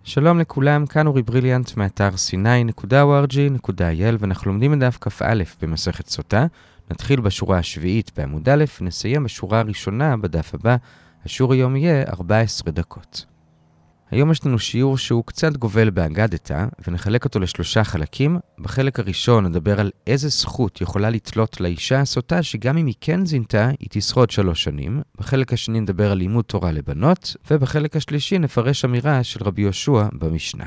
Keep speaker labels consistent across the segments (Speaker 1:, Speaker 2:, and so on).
Speaker 1: שלום לכולם, כאן אורי בריליאנט מאתר sinai.org.il ואנחנו לומדים את דף כ"א במסכת סוטה. נתחיל בשורה השביעית בעמוד א', נסיים בשורה הראשונה בדף הבא. השיעור היום יהיה 14 דקות. היום יש לנו שיעור שהוא קצת גובל באגדתא, ונחלק אותו לשלושה חלקים. בחלק הראשון נדבר על איזה זכות יכולה לתלות לאישה הסוטה, שגם אם היא כן זינתה, היא תשרוד 3 שנים. בחלק השני נדבר על לימוד תורה לבנות, ובחלק השלישי נפרש אמירה של רבי יהושע במשנה.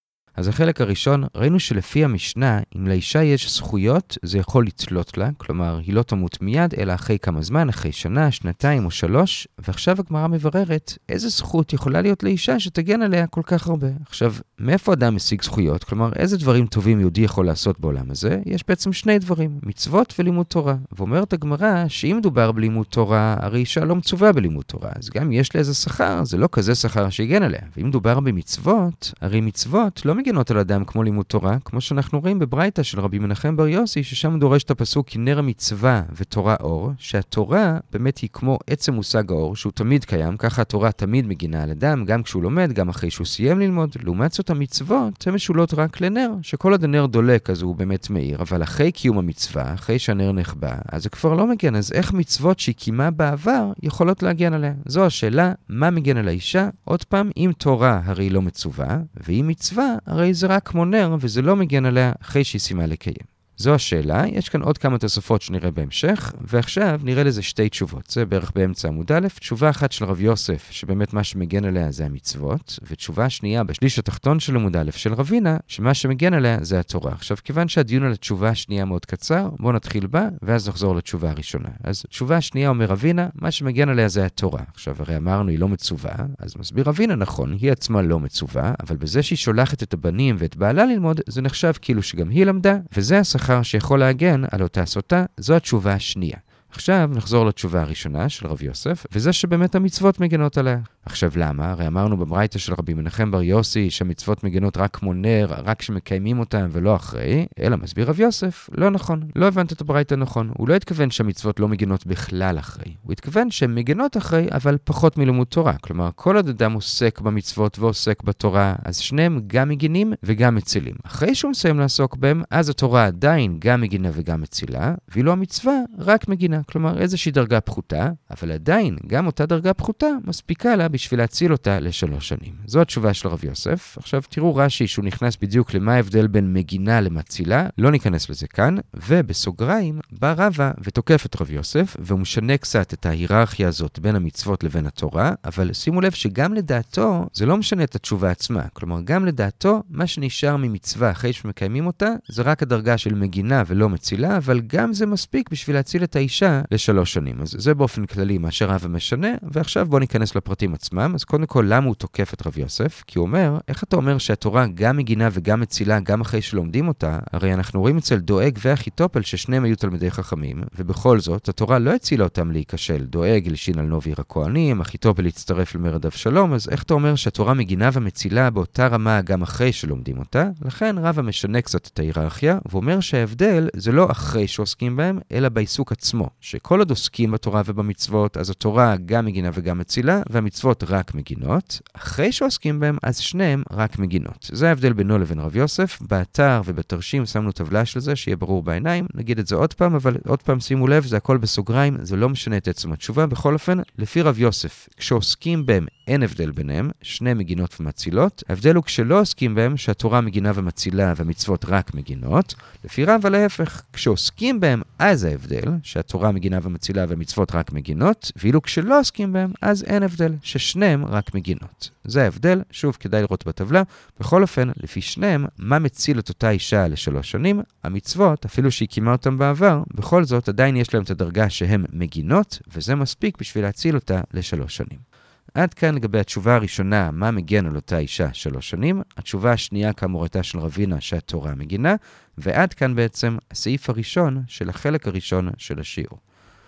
Speaker 1: אז החלק הראשון, ראינו שלפי המשנה, אם לאישה יש זכויות, זה יכול לתלות לה, כלומר, היא לא תמות מיד, אלא אחרי כמה זמן, אחרי שנה, שנתיים או 3, ועכשיו הגמרא מבררת איזה זכות יכולה להיות לאישה שתגן עליה כל כך הרבה. עכשיו, מאיפה אדם משיג זכויות? כלומר, איזה דברים טובים יהודי יכול לעשות בעולם הזה? יש בעצם 2 דברים, מצוות ולימוד תורה. ואומרת הגמרא שאם מדובר בלימוד תורה, הרי אישה לא מצווה בלימוד תורה, אז גם יש לה איזה שכר, זה לא כזה שכר שיגן עליה. ואם מדובר במצוות, הרי מצוות לא מגנות על אדם כמו לימוד תורה, כמו שאנחנו רואים בברייתא של רבי מנחם בר יוסי, ששם דורש את הפסוק כי נר המצווה ותורה אור, שהתורה באמת היא כמו עצם מושג האור, שהוא תמיד קיים, ככה התורה תמיד מגינה על אדם, גם כשהוא לומד, גם אחרי שהוא סיים ללמוד. לעומת זאת המצוות הן משולות רק לנר, שכל עוד הנר דולק אז הוא באמת מאיר, אבל אחרי קיום המצווה, אחרי שהנר נחבא, אז זה כבר לא מגן. אז איך מצוות שהיא קיימה בעבר יכולות להגן עליה? זו השאלה, מה מגן על האישה? עוד פעם, אם תורה הרי לא מצווה, ואם מצווה הרי זה רק כמו נר, וזה לא מגן עליה אחרי שהיא סיימה לקיים. זו השאלה, יש כאן עוד כמה תוספות שנראה בהמשך, ועכשיו נראה לזה 2 תשובות. זה בערך באמצע עמוד א', תשובה אחת של רב יוסף, שבאמת מה שמגן עליה זה המצוות, ותשובה שנייה בשליש התחתון של עמוד א' של רבינה, שמה שמגן עליה זה התורה. עכשיו, כיוון שהדיון על התשובה השנייה מאוד קצר, בואו נתחיל בה, ואז נחזור לתשובה הראשונה. אז תשובה השנייה אומר רבינה, מה שמגן עליה זה התורה. עכשיו, הרי אמרנו היא לא מצווה, אז מסביר רבינה נכון, היא עצמה לא מצווה, אבל בזה שהיא שולחת את הבנים ואת בעלה ללמוד, זה נחשב כאילו שגם היא למדה, וזה השכר שיכול להגן על אותה סוטה. זו התשובה השנייה. עכשיו נחזור לתשובה הראשונה של רב יוסף, וזה שבאמת המצוות מגנות עליה. עכשיו למה? הרי אמרנו בברייתא של רבי מנחם בר יוסי שהמצוות מגנות רק כמו נר, רק שמקיימים אותם ולא אחרי, אלא מסביר רב יוסף, לא נכון, לא הבנת את הברייתא נכון. הוא לא התכוון שהמצוות לא מגנות בכלל אחרי. הוא התכוון שהן מגנות אחרי, אבל פחות מלימוד תורה. כלומר, כל עוד אדם עוסק במצוות ועוסק בתורה, אז שניהם גם מגינים וגם מצילים. אחרי שהוא מסיים לעסוק בהם, אז התורה עדיין גם מגינה וגם מצילה, ואילו המצווה רק מגינה. כלומר, איזושהי דרגה פחותה, אבל עדיין גם אותה דרגה פחותה מספיקה לה בשביל להציל אותה ל3 שנים. זו התשובה של רב יוסף. עכשיו תראו רש"י שהוא נכנס בדיוק למה ההבדל בין מגינה למצילה, לא ניכנס לזה כאן, ובסוגריים בא רבא ותוקף את רב יוסף, והוא משנה קצת את ההיררכיה הזאת בין המצוות לבין התורה, אבל שימו לב שגם לדעתו זה לא משנה את התשובה עצמה. כלומר, גם לדעתו מה שנשאר ממצווה אחרי שמקיימים אותה, זה רק הדרגה של מגינה ולא מצילה, אבל גם זה מספיק בשביל להציל את האישה ל3 שנים. אז זה באופן כללי מה שרבא משנה, ועכשיו בוא ניכנס לפרטים עצמם. אז קודם כל, למה הוא תוקף את רב יוסף? כי הוא אומר, איך אתה אומר שהתורה גם מגינה וגם מצילה גם אחרי שלומדים אותה? הרי אנחנו רואים אצל דואג ואחיתופל ששניהם היו תלמידי חכמים, ובכל זאת התורה לא הצילה אותם להיכשל. דואג הלשין על נובי הכהנים, אחיתופל הצטרף למרד אבשלום, אז איך אתה אומר שהתורה מגינה ומצילה באותה רמה גם אחרי שלומדים אותה? לכן רבא משנה קצת את ההיררכיה, ואומר שההבדל זה לא אחרי שעוסקים בהם, אלא בעיסוק עצמו. שכל עוד עוסקים בתורה ובמצוות, אז התורה גם מגינה וגם מצילה, והמצוות רק מגינות. אחרי שעוסקים בהם, אז שניהם רק מגינות. זה ההבדל בינו לבין רב יוסף. באתר ובתרשים שמנו טבלה של זה, שיהיה ברור בעיניים. נגיד את זה עוד פעם, אבל עוד פעם שימו לב, זה הכל בסוגריים, זה לא משנה את עצם התשובה. בכל אופן, לפי רב יוסף, כשעוסקים בהם אין הבדל ביניהם, שני מגינות ומצילות. ההבדל הוא כשלא עוסקים בהם, שהתורה מגינה ומצילה והמצוות רק מגינות. לפי רב להפך, כשעוסקים בהם, אז ההבדל, שהתורה מגינה ומצילה והמצוות רק מגינות, ואילו כשלא עוסקים בהם, אז אין הבדל, ששניהם רק מגינות. זה ההבדל, שוב כדאי לראות בטבלה. בכל אופן, לפי שניהם, מה מציל את אותה אישה ל3 שנים? המצוות, אפילו שהיא קימה אותם בעבר, בכל זאת עדיין יש להם את הדרגה שהן מגינות, וזה מספיק בשביל להציל אותה ל3 שנים. עד כאן לגבי התשובה הראשונה, מה מגן על אותה אישה 3 שנים. התשובה השנייה כאמור הייתה של רבינה שהתורה מגינה, ועד כאן בעצם הסעיף הראשון של החלק הראשון של השיעור.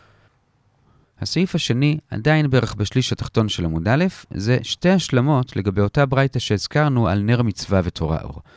Speaker 1: הסעיף השני, עדיין בערך בשליש התחתון של עמוד א', זה 2 השלמות לגבי אותה ברייתא שהזכרנו על נר מצווה ותורה אור.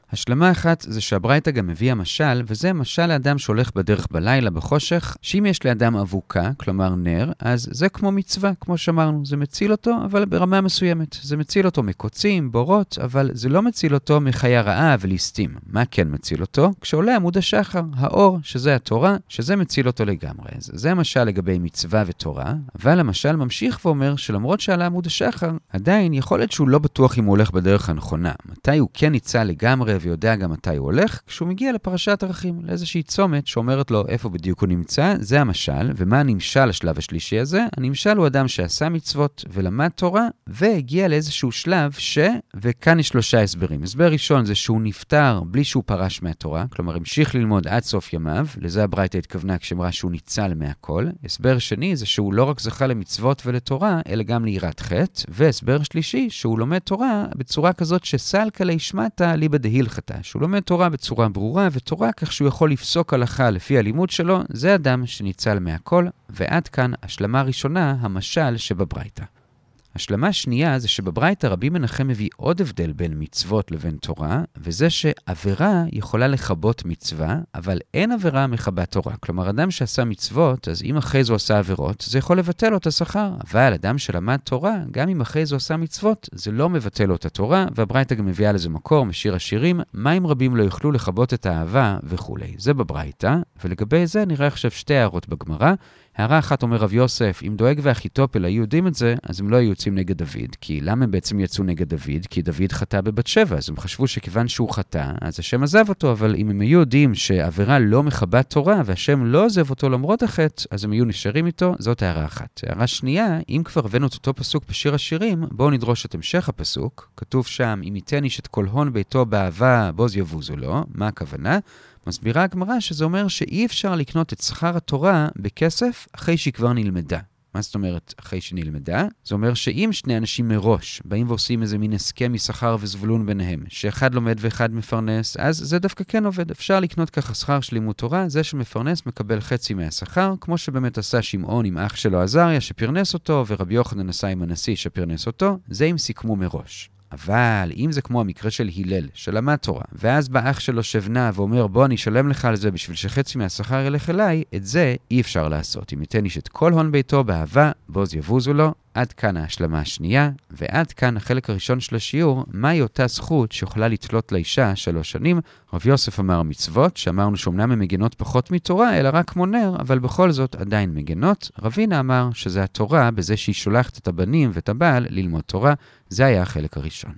Speaker 1: השלמה אחת זה שהברייתא גם הביאה משל, וזה משל לאדם שהולך בדרך בלילה בחושך, שאם יש לאדם אבוקה, כלומר נר, אז זה כמו מצווה, כמו שאמרנו, זה מציל אותו, אבל ברמה מסוימת. זה מציל אותו מקוצים, בורות, אבל זה לא מציל אותו מחיה רעה וליסטים. מה כן מציל אותו? כשעולה עמוד השחר, האור, שזה התורה, שזה מציל אותו לגמרי. זה משל לגבי מצווה ותורה, אבל המשל ממשיך ואומר שלמרות שעלה עמוד השחר, עדיין יכול להיות שהוא לא בטוח אם הוא הולך בדרך הנכונה. מתי הוא כן ניצל לגמרי ויודע גם מתי הוא הולך? כשהוא מגיע לפרשת דרכים, לאיזושהי צומת שאומרת לו איפה בדיוק הוא נמצא, זה המשל. ומה הנמשל השלב השלישי הזה? הנמשל הוא אדם שעשה מצוות ולמד תורה, והגיע לאיזשהו שלב וכאן יש 3 הסברים. הסבר ראשון זה שהוא נפטר בלי שהוא פרש מהתורה, כלומר המשיך ללמוד עד סוף ימיו, לזה הברייתא התכוונה כשאמרה שהוא ניצל מהכל. הסבר שני זה שהוא לא רק זכה למצוות ולתורה, אלא גם ליראת חטא, והסבר שלישי שהוא לומד תורה בצורה כזאת שסלקא לישמטה ליבא דהילכתא, שהוא לומד תורה בצורה ברורה ותורה כך שהוא יכול לפסוק הלכה לפי הלימוד שלו, זה אדם שניצל מהכל. ועד כאן השלמה ראשונה, המשל שבברייתא. השלמה שנייה זה שבברייתא רבי מנחם מביא עוד הבדל בין מצוות לבין תורה, וזה שעבירה יכולה לכבות מצווה, אבל אין עבירה מכבת תורה. כלומר, אדם שעשה מצוות, אז אם אחרי זו עשה עבירות, זה יכול לבטל לו את השכר. אבל אדם שלמד תורה, גם אם אחרי זו עשה מצוות, זה לא מבטל לו את התורה, והברייתא גם מביאה לזה מקור משיר השירים, מים רבים לא יוכלו לכבות את האהבה וכו'. זה בברייתא, ולגבי זה נראה עכשיו 2 הערות בגמרא. הערה אחת אומר רב יוסף, אם דואג ואחיתופל היו יודעים את זה, אז הם לא היו יוצאים נגד דוד. כי למה הם בעצם יצאו נגד דוד? כי דוד חטא בבת שבע, אז הם חשבו שכיוון שהוא חטא, אז השם עזב אותו, אבל אם הם היו יודעים שעבירה לא מכבת תורה, והשם לא עזב אותו למרות החטא, אז הם היו נשארים איתו, זאת הערה אחת. הערה שנייה, אם כבר הבאנו את אותו פסוק בשיר השירים, בואו נדרוש את המשך הפסוק. כתוב שם, אם ייתן איש את כל הון ביתו באהבה, בוז יבוזו לו. מה הכוונה? מסבירה הגמרא שזה אומר שאי אפשר לקנות את שכר התורה בכסף אחרי שהיא כבר נלמדה. מה זאת אומרת אחרי שנלמדה? זה אומר שאם 2 אנשים מראש באים ועושים איזה מין הסכם משכר וזבולון ביניהם, שאחד לומד ואחד מפרנס, אז זה דווקא כן עובד. אפשר לקנות ככה שכר של לימוד תורה, זה שמפרנס מקבל חצי מהשכר, כמו שבאמת עשה שמעון עם אח שלו עזריה שפרנס אותו, ורבי יוחנן עשה עם הנשיא שפרנס אותו, זה אם סיכמו מראש. אבל אם זה כמו המקרה של הלל, שלמד תורה, ואז בא אח שלו שבנה ואומר בוא אני אשלם לך על זה בשביל שחצי מהשכר ילך אליי, את זה אי אפשר לעשות. אם ייתן איש את כל הון ביתו באהבה, בוז יבוזו לו. עד כאן ההשלמה השנייה, ועד כאן החלק הראשון של השיעור, מהי אותה זכות שיכולה לתלות לאישה 3 שנים. רב יוסף אמר מצוות, שאמרנו שאומנם הן מגנות פחות מתורה, אלא רק כמו נר, אבל בכל זאת עדיין מגנות. רבינה אמר שזה התורה בזה שהיא שולחת את הבנים ואת הבעל ללמוד תורה. זה היה החלק הראשון.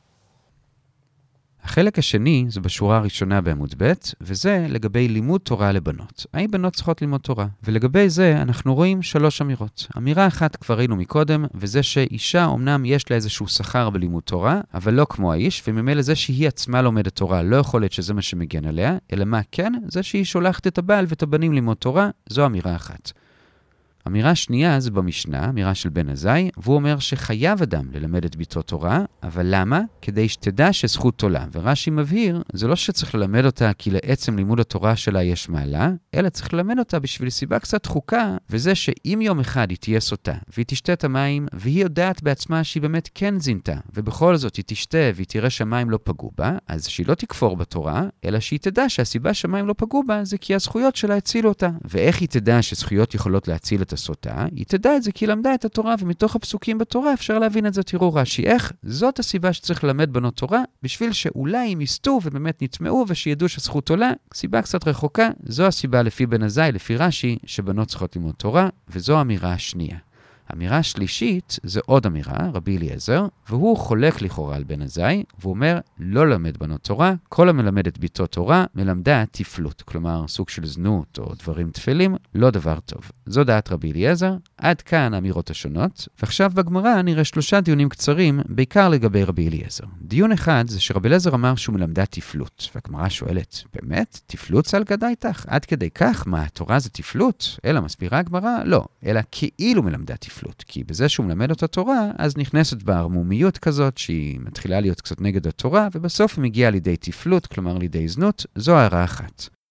Speaker 1: החלק השני זה בשורה הראשונה בעמוד ב', וזה לגבי לימוד תורה לבנות. האם בנות צריכות ללמוד תורה? ולגבי זה אנחנו רואים 3 אמירות. אמירה אחת כבר ראינו מקודם, וזה שאישה אומנם יש לה איזשהו שכר בלימוד תורה, אבל לא כמו האיש, וממילא זה שהיא עצמה לומדת תורה לא יכול להיות שזה מה שמגן עליה, אלא מה כן? זה שהיא שולחת את הבעל ואת הבנים ללמוד תורה, זו אמירה אחת. אמירה שנייה זה במשנה, אמירה של בן עזאי, והוא אומר שחייב אדם ללמד את ביתו תורה, אבל למה? כדי שתדע שזכות עולה. ורש"י מבהיר, זה לא שצריך ללמד אותה כי לעצם לימוד התורה שלה יש מעלה, אלא צריך ללמד אותה בשביל סיבה קצת דחוקה, וזה שאם יום אחד היא תהיה סוטה, והיא תשתה את המים, והיא יודעת בעצמה שהיא באמת כן זינתה, ובכל זאת היא תשתה והיא תראה שהמים לא פגעו בה, אז שהיא לא תכפור בתורה, אלא שהיא תדע שהסיבה שהמים לא פגעו בה זה כי הזכויות שלה הצילו אותה. ואיך היא תדע שזכויות יכולות להציל את הסוטה? היא תדע את זה כי היא למדה את התורה, ומתוך הפסוקים בתורה אפשר להבין את זה. תראו רש"י איך, זאת הסיבה שצריך ללמד בנות תורה, בשביל שאולי הם יסתו ובאמת נטמעו ושידעו שזכות עולה. סיבה קצת רחוקה, זו הסיבה לפי בן עזאי, לפי רש"י, שבנות צריכות ללמוד תורה, וזו האמירה השנייה. האמירה השלישית זה עוד אמירה, רבי אליעזר, והוא חולק לכאורה על בן עזאי, והוא אומר לא למד בנות תורה, כל המלמד את ביתו תורה מלמדה תפלות, כלומר סוג של זנות או דברים תפלים, לא דבר טוב. זו דעת רבי אליעזר, עד כאן האמירות השונות, ועכשיו בגמרא נראה 3 דיונים קצרים, בעיקר לגבי רבי אליעזר. דיון אחד זה שרבי אליעזר אמר שהוא מלמדה תפלות, והגמרא שואלת, באמת? תפלות סלקא דייתך? עד כדי כך? מה, התורה זה תפלות? אלא מסבירה הגמרא? לא, אלא כאילו מלמדה תפלות. כי בזה שהוא מלמד אותה תורה, אז נכנסת בה ערמומיות כזאת, שהיא מתחילה להיות קצת נגד התורה, ובסוף היא מגיעה לידי תפלות, כלומר לידי זנות. זו הערה אחת.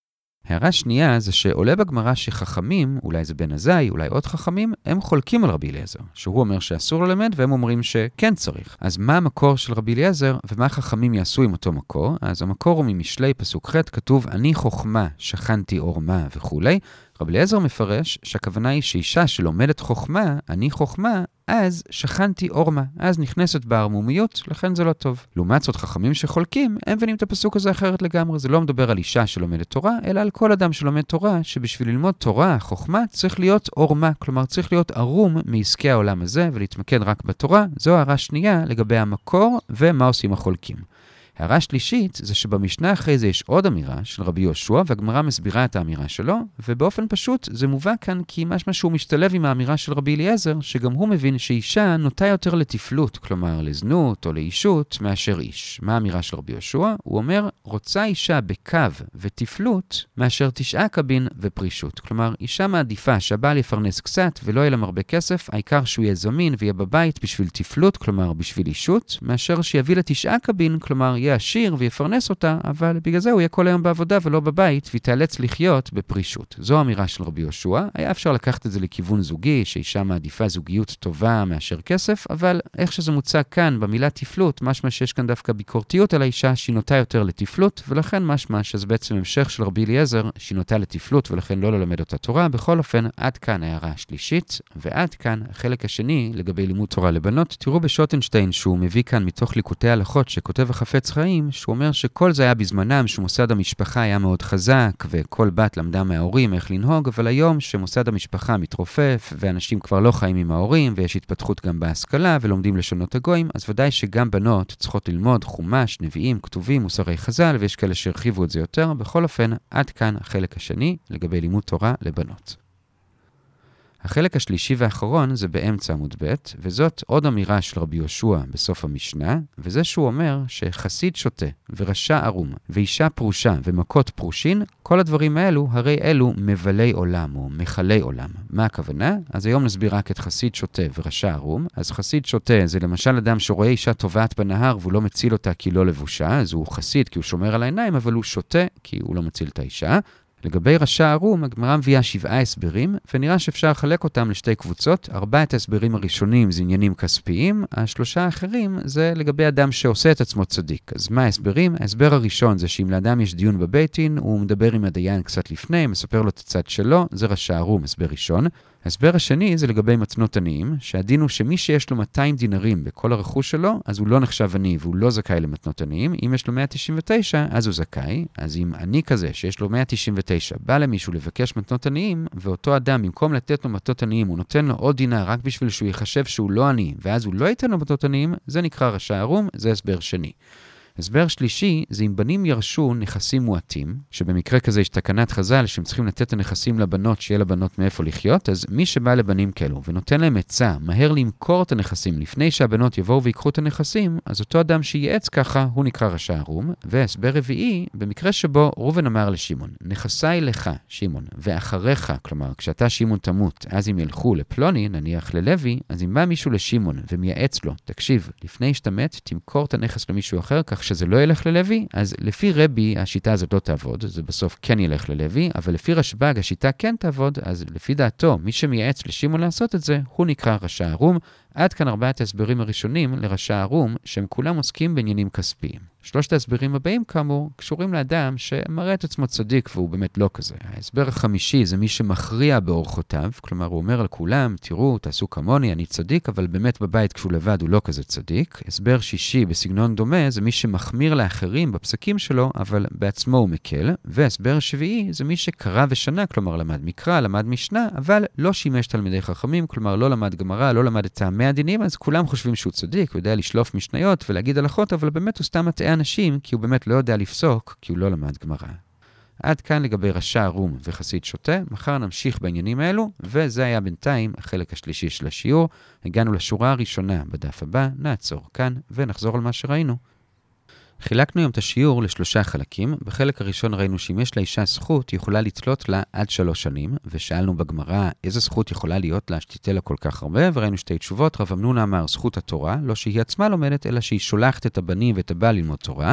Speaker 1: הערה שנייה זה שעולה בגמרא שחכמים, אולי זה בן עזאי, אולי עוד חכמים, הם חולקים על רבי אליעזר, שהוא אומר שאסור ללמד והם אומרים שכן צריך. אז מה המקור של רבי אליעזר ומה החכמים יעשו עם אותו מקור? אז המקור הוא ממשלי פסוק ח', כתוב אני חוכמה, שכנתי עורמה וכולי. רבי אליעזר מפרש שהכוונה היא שאישה שלומדת חוכמה, אני חוכמה, אז שכנתי עורמה, אז נכנסת בערמומיות, לכן זה לא טוב. לעומת זאת חכמים שחולקים, הם מבינים את הפסוק הזה אחרת לגמרי. זה לא מדבר על אישה שלומדת תורה, אלא על כל אדם שלומד תורה, שבשביל ללמוד תורה, חוכמה, צריך להיות עורמה, כלומר צריך להיות ערום מעסקי העולם הזה, ולהתמקד רק בתורה. זו הערה שנייה לגבי המקור ומה עושים החולקים. הערה שלישית זה שבמשנה אחרי זה יש עוד אמירה של רבי יהושע, והגמרא מסבירה את האמירה שלו, ובאופן פשוט זה מובא כאן כי משהו שהוא משתלב עם האמירה של רבי אליעזר, שגם הוא מבין שאישה נוטה יותר לתפלות, כלומר לזנות או לאישות, מאשר איש. מה האמירה של רבי יהושע? הוא אומר, רוצה אישה בקו ותפלות, מאשר 9 קבין ופרישות. כלומר, אישה מעדיפה שהבעל יפרנס קצת ולא יהיה להם הרבה כסף, העיקר שהוא יהיה זמין ויהיה בבית בשביל תפלות, כלומר בשביל אישות, מאשר שיביא ל9 קבין, כלומר יהיה עשיר ויפרנס אותה, אבל בגלל זה הוא יהיה כל היום בעבודה ולא בבית, ויתאלץ לחיות בפרישות. זו האמירה של רבי יהושע. היה אפשר לקחת את זה לכיוון זוגי, שאישה מעדיפה זוגיות טובה מאשר כסף, אבל איך שזה מוצא כאן במילה תפלות, משמע שיש כאן דווקא ביקורתיות על האישה שהיא נוטה יותר לתפלות, ולכן משמע שזה בעצם המשך של רבי אליעזר שהיא נוטה לתפלות ולכן לא ללמד אותה תורה. בכל אופן, עד כאן ההערה השלישית, ועד כאן החלק השני לגבי לימוד תורה לבנות. תראו בשוטנשטיין שהוא מביא כאן מתוך ליקוטי הלכות שכותב החפץ חיים, שהוא אומר שכל זה היה בזמנם שמוסד המשפחה היה מאוד חזק וכל בת למדה מההורים איך לנהוג, אבל היום שמוסד המשפחה מתרופף ואנשים כבר לא חיים עם ההורים ויש התפתחות גם בהשכלה ולומדים לשונות הגויים, אז ודאי שגם בנות צריכות ללמוד חומש, נביאים, כתובים, מוסרי חז"ל, ויש כאלה שהרחיבו את זה יותר. בכל אופן, עד כאן החלק השני לגבי לימוד תורה לבנות. החלק השלישי והאחרון זה באמצע עמוד ב', וזאת עוד אמירה של רבי יהושע בסוף המשנה, וזה שהוא אומר שחסיד שוטה ורשע ערום ואישה פרושה ומכות פרושין, כל הדברים האלו הרי אלו מבלי עולם או מחלי עולם. מה הכוונה? אז היום נסביר רק את חסיד שוטה ורשע ערום. אז חסיד שוטה זה למשל אדם שרואה אישה טובעת בנהר והוא לא מציל אותה כי לא לבושה, אז הוא חסיד כי הוא שומר על העיניים, אבל הוא שוטה כי הוא לא מציל את האישה. לגבי רשע ערום, הגמרא מביאה 7 הסברים, ונראה שאפשר לחלק אותם לשתי קבוצות. 4 ההסברים הראשונים זה עניינים כספיים, 3 האחרים זה לגבי אדם שעושה את עצמו צדיק. אז מה ההסברים? ההסבר הראשון זה שאם לאדם יש דיון בבית דין, הוא מדבר עם הדיין קצת לפני, מספר לו את הצד שלו, זה רשע ערום, הסבר ראשון. ההסבר השני זה לגבי מתנות עניים, שהדין הוא שמי שיש לו 200 דינרים בכל הרכוש שלו, אז הוא לא נחשב עני והוא לא זכאי למתנות עניים. אם יש לו 199, אז הוא זכאי. אז אם עני כזה שיש לו 199 בא למישהו לבקש מתנות עניים, ואותו אדם במקום לתת לו מתנות עניים, הוא נותן לו עוד דינר רק בשביל שהוא יחשב שהוא לא עני, ואז הוא לא ייתן לו מתנות עניים, זה נקרא רשע ערום, זה הסבר שני. הסבר שלישי זה אם בנים ירשו נכסים מועטים, שבמקרה כזה יש תקנת חז"ל שהם צריכים לתת את הנכסים לבנות, שיהיה לבנות מאיפה לחיות, אז מי שבא לבנים כאלו ונותן להם עצה, מהר למכור את הנכסים לפני שהבנות יבואו ויקחו את הנכסים, אז אותו אדם שייעץ ככה, הוא נקרא רשע ערום. והסבר רביעי, במקרה שבו ראובן אמר לשמעון, נכסי לך, שמעון, ואחריך, כלומר, כשאתה שמעון תמות, אז אם ילכו לפלוני, נניח ללוי, אז אם בא מישהו לשמעון ומייעץ לו, תקשיב, לפני שאתה מת, תמכור את הנכס למישהו אחר, כך שזה לא ילך ללוי, אז לפי רבי השיטה הזאת לא תעבוד, זה בסוף כן ילך ללוי, אבל לפי רשב"ג השיטה כן תעבוד, אז לפי דעתו, מי שמייעץ לשמעון לעשות את זה, הוא נקרא רשע ערום. עד כאן 4 ההסברים הראשונים לרשע ערום, שהם כולם עוסקים בעניינים כספיים. 3 ההסברים הבאים, כאמור, קשורים לאדם שמראה את עצמו צדיק והוא באמת לא כזה. ההסבר החמישי זה מי שמכריע באורחותיו, כלומר הוא אומר על כולם, תראו, תעשו כמוני, אני צדיק, אבל באמת בבית כשהוא לבד הוא לא כזה צדיק. הסבר שישי בסגנון דומה זה מי שמחמיר לאחרים בפסקים שלו, אבל בעצמו הוא מקל. והסבר שביעי זה מי שקרא ושנה, כלומר למד מקרא, למד משנה, אבל לא שימש תלמידי חכמים, כלומר לא למד גמרא, לא למד את טעמי הדינים, אז כולם חושבים שהוא צדיק, הוא יודע לשלוף משניות ולהגיד הלכות, אבל באמת הוא סתם מטעה אנשים, כי הוא באמת לא יודע לפסוק, כי הוא לא למד גמרא. עד כאן לגבי רשע ערום וחסיד שוטה. מחר נמשיך בעניינים האלו, וזה היה בינתיים החלק השלישי של השיעור. הגענו לשורה הראשונה בדף הבא, נעצור כאן ונחזור על מה שראינו. חילקנו היום את השיעור ל3 חלקים. בחלק הראשון ראינו שאם יש לאישה זכות, היא יכולה לתלות לה עד 3 שנים, ושאלנו בגמרא איזה זכות יכולה להיות לה שתיתן לה כל כך הרבה, וראינו 2 תשובות. רב אמנון אמר זכות התורה, לא שהיא עצמה לומדת, אלא שהיא שולחת את הבנים ואת הבעל ללמוד תורה.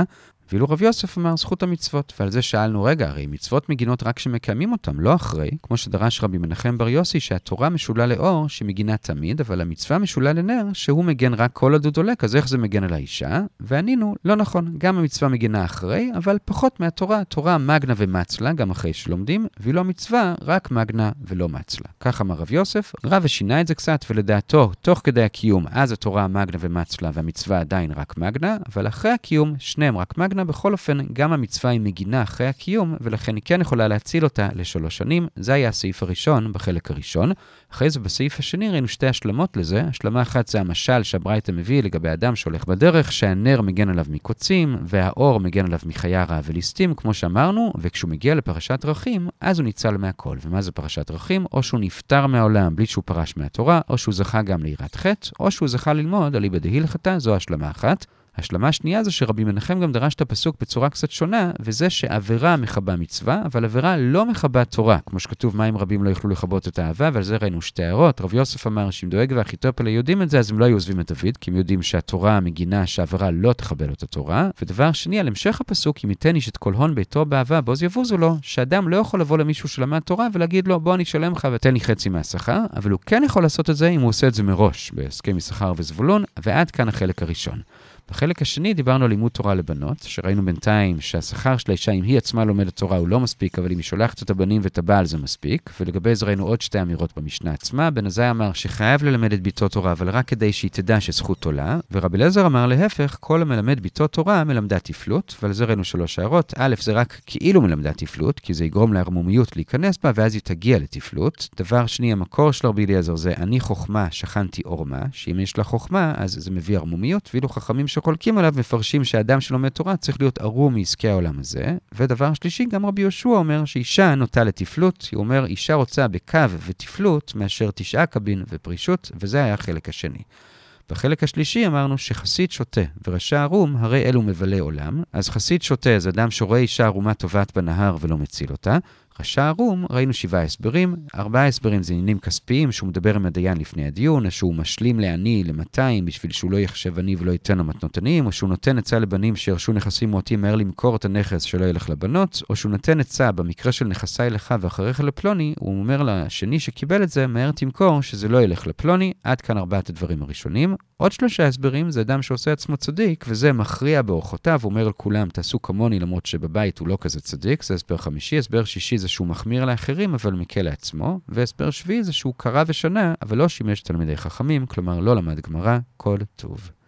Speaker 1: ואילו רב יוסף אמר זכות המצוות, ועל זה שאלנו, רגע, הרי מצוות מגינות רק שמקיימים אותם, לא אחרי, כמו שדרש רבי מנחם בר יוסי, שהתורה משולה לאור שמגינה תמיד, אבל המצווה משולה לנר שהוא מגן רק כל הדוד דולק, אז איך זה מגן על האישה? וענינו, לא נכון, גם המצווה מגינה אחרי, אבל פחות מהתורה, התורה מגנה ומצלה, גם אחרי שלומדים, ואילו המצווה רק מגנה ולא מצלה. כך אמר רב יוסף, רב ושינה את זה קצת, ולדעתו, תוך כדי הקיום, אז התורה מגנה ומצלה, והמצווה עדיין רק מגנה, אבל אחרי הקיום, שניהם רק מגנה, בכל אופן, גם המצווה היא מגינה אחרי הקיום, ולכן היא כן יכולה להציל אותה ל3 שנים. זה היה הסעיף הראשון, בחלק הראשון. אחרי זה בסעיף השני ראינו 2 השלמות לזה. השלמה אחת זה המשל שהברייתא מביא לגבי אדם שהולך בדרך, שהנר מגן עליו מקוצים, והאור מגן עליו מחיה רעה וליסטים, כמו שאמרנו, וכשהוא מגיע לפרשת דרכים, אז הוא ניצל מהכל. ומה זה פרשת דרכים? או שהוא נפטר מהעולם בלי שהוא פרש מהתורה, או שהוא זכה גם ליראת חטא, או שהוא זכה ללמוד אליבא דהילכתא. זו השלמה אחת. השלמה השנייה זה שרבי מנחם גם דרש את הפסוק בצורה קצת שונה, וזה שעבירה מחבה מצווה, אבל עבירה לא מחבה תורה, כמו שכתוב מים רבים לא יוכלו לכבות את האהבה, ועל זה ראינו 2 הערות. רב יוסף אמר שאם דואג ואחיתופל יודעים את זה, אז הם לא היו עוזבים את דוד, כי הם יודעים שהתורה מגינה שהעבירה לא תחבל את התורה. ודבר שני, על המשך הפסוק, אם ייתן איש את כל הון ביתו באהבה, בוז יבוזו לו, שאדם לא יכול לבוא למישהו שלמד תורה ולהגיד לו, בוא אני אשלם לך ותן לי חצי מהשכר, אבל הוא כן יכול לעשות את זה אם הוא עושה את זה מראש, בהסכם יששכר וזבולון, ועד כאן החלק הראשון. בחלק השני דיברנו על לימוד תורה לבנות, שראינו בינתיים שהשכר של האישה, אם היא עצמה לומדת תורה, הוא לא מספיק, אבל אם היא שולחת את הבנים ואת הבעל זה מספיק. ולגבי זה ראינו עוד 2 אמירות במשנה עצמה. בן עזאי אמר שחייב ללמד את ביתו תורה, אבל רק כדי שהיא תדע שזכות עולה. ורבי אליעזר אמר להפך, כל המלמד ביתו תורה מלמדה תפלות, ועל זה ראינו 3 הערות. א', זה רק כאילו מלמדה תפלות, כי זה יגרום לערמומיות להיכנס בה, ואז היא תגיע לתפלות. דבר שני, המקור של רבי אליעזר זה אני חוכמה, שכנתי עורמה, שאם יש לה חוכמה, אז זה מביא ערמומיות, ואילו חכמים שחולקים עליו מפרשים שהאדם שלומד תורה צריך להיות ערום מעסקי העולם הזה. ודבר שלישי, גם רבי יהושע אומר שאישה נוטה לתפלות. הוא אומר, אישה רוצה בקו ותפלות מאשר 9 קבין ופרישות, וזה היה החלק השני. בחלק השלישי אמרנו שחסיד שוטה ורשע ערום, הרי אלו מבלי עולם. אז חסיד שוטה זה אדם שרואה אישה ערומה טובעת בנהר ולא מציל אותה. רשע ערום, ראינו 7 הסברים. 4 הסברים זה עניינים כספיים, שהוא מדבר עם הדיין לפני הדיון, שהוא משלים לעני ל200 בשביל שהוא לא יחשב עני ולא ייתן לו מתנות עניים, או שהוא נותן עצה לבנים שירשו נכסים מועטים מהר למכור את הנכס שלא ילך לבנות, או שהוא נותן עצה במקרה של נכסי לך ואחריך לפלוני, הוא אומר לשני שקיבל את זה, מהר תמכור שזה לא ילך לפלוני. עד כאן 4 הדברים הראשונים. עוד 3 הסברים זה אדם שעושה עצמו צדיק, וזה מכריע באורחותיו, הוא אומר על כולם, תעשו כמוני למרות שבבית הוא לא כזה צדיק. זה הסבר 5. הסבר 6 זה שהוא מחמיר לאחרים אבל מקל לעצמו, והסבר 7 זה שהוא קרא ושנה אבל לא שימש תלמידי חכמים, כלומר לא למד גמרא. כל טוב.